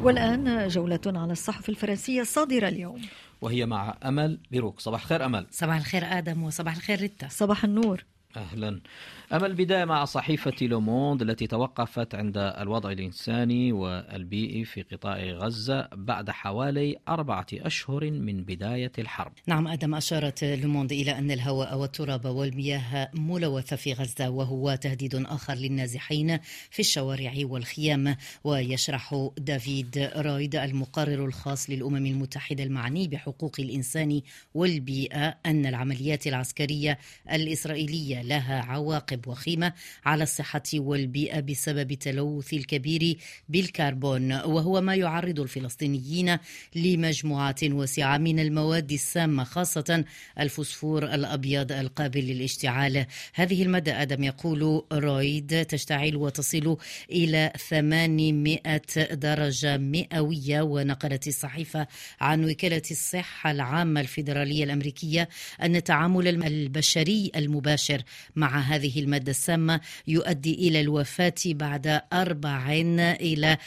والآن جولة على الصحف الفرنسية الصادرة اليوم، وهي مع أمل بيروك. صباح الخير أمل. صباح الخير آدم، وصباح الخير ريتا. صباح النور. أهلا. أما البداية مع صحيفة لوموند التي توقفت عند الوضع الإنساني والبيئي في قطاع غزة بعد حوالي 4 أشهر من بداية الحرب. نعم آدم، أشارت لوموند إلى أن الهواء والتراب والمياه ملوثة في غزة، وهو تهديد آخر للنازحين في الشوارع والخيام. ويشرح دافيد رايد المقرر الخاص للأمم المتحدة المعني بحقوق الإنسان والبيئة أن العمليات العسكرية الإسرائيلية لها عواقب وخيمة على الصحة والبيئة بسبب التلوث الكبير بالكربون، وهو ما يعرض الفلسطينيين لمجموعات واسعة من المواد السامة، خاصة الفوسفور الأبيض القابل للاشتعال. هذه المادة آدم، يقول رويد، تشتعل وتصل إلى 800 درجة مئوية. ونقلت الصحيفة عن وكالة الصحة العامة الفيدرالية الأمريكية أن التعامل البشري المباشر مع هذه المادة السامة يؤدي إلى الوفاة بعد 4 إلى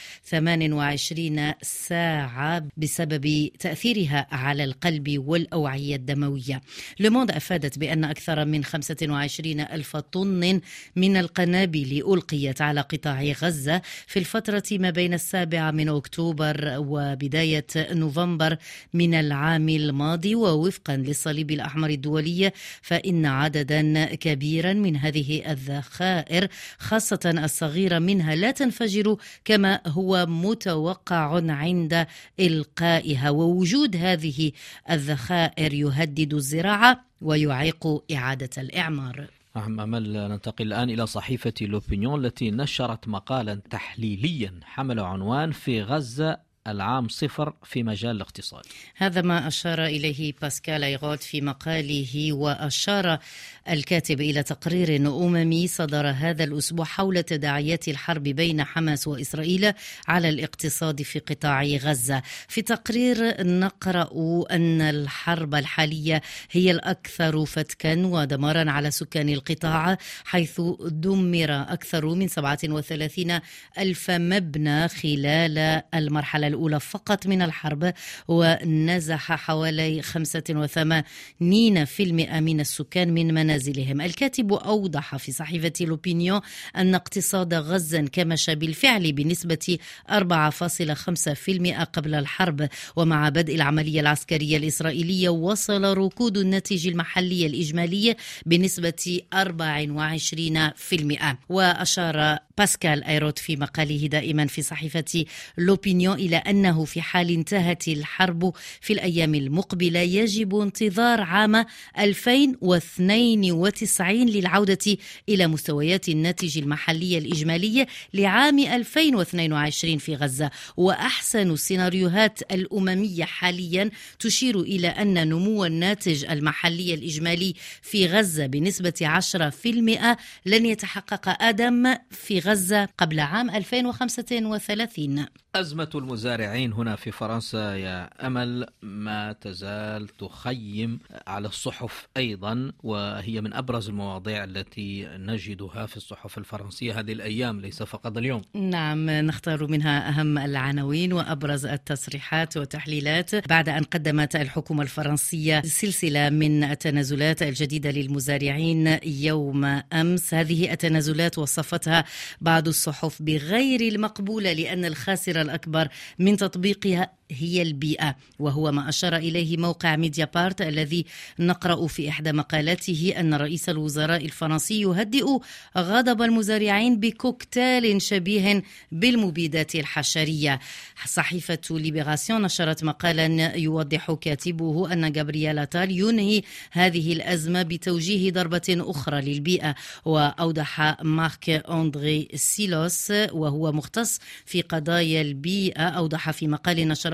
28 ساعة بسبب تأثيرها على القلب والأوعية الدموية. لوموند أفادت بأن أكثر من 25 ألف طن من القنابل ألقيت على قطاع غزة في الفترة ما بين 7 من أكتوبر وبداية نوفمبر من العام الماضي. ووفقا للصليب الأحمر الدولي فإن عددا كبيرا من هذه الذخائر، خاصة الصغيرة منها، لا تنفجر كما هو متوقع عند إلقائها. ووجود هذه الذخائر يهدد الزراعة ويعيق إعادة الإعمار. أمل، ننتقل الآن إلى صحيفة لوبينيون التي نشرت مقالا تحليليا حمل عنوان في غزة العام 0 في مجال الاقتصاد. هذا ما أشار إليه باسكال أيغوت في مقاله. وأشار الكاتب إلى تقرير أممي صدر هذا الأسبوع حول تداعيات الحرب بين حماس وإسرائيل على الاقتصاد في قطاع غزة. في تقرير نقرأ أن الحرب الحالية هي الأكثر فتكا ودمارا على سكان القطاع، حيث دمر أكثر من 37 ألف مبنى خلال المرحلة الأولى فقط من الحرب، ونزح حوالي 85% من السكان من منازلهم. الكاتب أوضح في صحيفة لوبينيون أن اقتصاد غزة انكمش بالفعل بنسبة 4.5% قبل الحرب، ومع بدء العملية العسكرية الإسرائيلية وصل ركود الناتج المحلي الإجمالي بنسبة 24%. وأشار باسكال أيروت في مقاله دائما في صحيفة لوبينيون إلى أنه في حال انتهت الحرب في الأيام المقبلة يجب انتظار عام 2092 للعودة إلى مستويات الناتج المحلي الإجمالي لعام 2022 في غزة. وأحسن السيناريوهات الأممية حاليا تشير إلى أن نمو الناتج المحلي الإجمالي في غزة بنسبة 10% لن يتحقق آدم في غزة قبل عام 2035. أزمة المزارعين هنا في فرنسا يا أمل ما تزال تخيم على الصحف أيضا، وهي من أبرز المواضيع التي نجدها في الصحف الفرنسية هذه الأيام، ليس فقط اليوم. نعم، نختار منها أهم العناوين وأبرز التصريحات والتحليلات. بعد أن قدمت الحكومة الفرنسية سلسلة من التنازلات الجديدة للمزارعين يوم أمس، هذه التنازلات وصفتها بعض الصحف بغير المقبولة لأن الخاسر الأكبر من تطبيقها هي البيئة، وهو ما أشار إليه موقع ميديا بارت الذي نقرأ في إحدى مقالاته أن رئيس الوزراء الفرنسي يهدئ غضب المزارعين بكوكتيل شبيه بالمبيدات الحشرية. صحيفة ليبراسيون نشرت مقالا يوضح كاتبه أن جابرييل أتال ينهي هذه الأزمة بتوجيه ضربة أخرى للبيئة. وأوضح مارك أندري سيلوس وهو مختص في قضايا البيئة، أوضح في مقال نشرته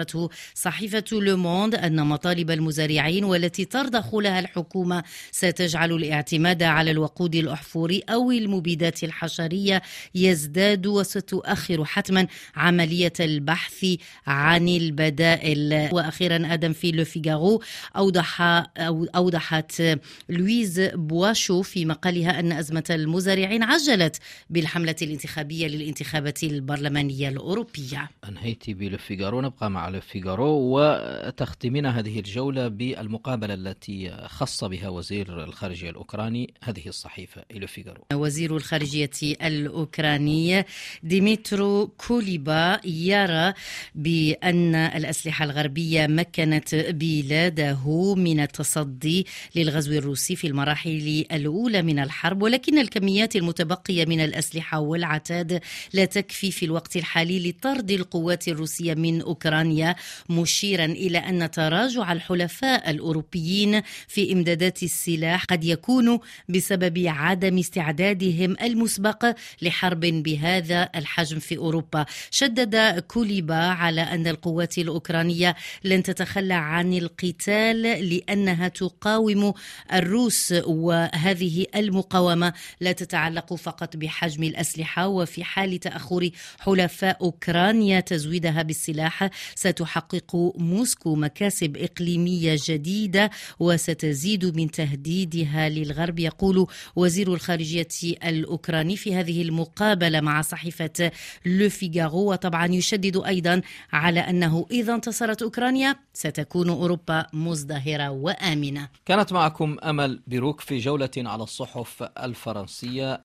نشرته صحيفة لوموند أن مطالب المزارعين والتي ترضخ لها الحكومة ستجعل الاعتماد على الوقود الأحفوري أو المبيدات الحشرية يزداد، وستؤخر حتما عملية البحث عن البدائل. وأخيرا آدم في لو فيغارو أوضحت لويز بواشو في مقالها أن أزمة المزارعين عجلت بالحملة الانتخابية للانتخابات البرلمانية الأوروبية. أنهيتي بلو فيغارو، نبقى مع لو فيغارو وتختمنا هذه الجولة بالمقابلة التي خص بها وزير الخارجية الأوكراني هذه الصحيفة لو فيغارو. وزير الخارجية الأوكراني ديمترو كوليبا يرى بأن الأسلحة الغربية مكنت بلاده من التصدي للغزو الروسي في المراحل الأولى من الحرب، ولكن الكميات المتبقية من الأسلحة والعتاد لا تكفي في الوقت الحالي لطرد القوات الروسية من أوكرانيا، مشيرا إلى أن تراجع الحلفاء الأوروبيين في إمدادات السلاح قد يكون بسبب عدم استعدادهم المسبق لحرب بهذا الحجم في أوروبا. شدد كوليبا على أن القوات الأوكرانية لن تتخلى عن القتال لأنها تقاوم الروس، وهذه المقاومة لا تتعلق فقط بحجم الأسلحة، وفي حال تأخر حلفاء أوكرانيا تزويدها بالسلاح ستحقق موسكو مكاسب إقليمية جديدة وستزيد من تهديدها للغرب، يقول وزير الخارجية الأوكراني في هذه المقابلة مع صحيفة لو فيغارو. وطبعا يشدد أيضا على أنه إذا انتصرت أوكرانيا ستكون أوروبا مزدهرة وآمنة. كانت معكم أمل بيروك في جولة على الصحف الفرنسية.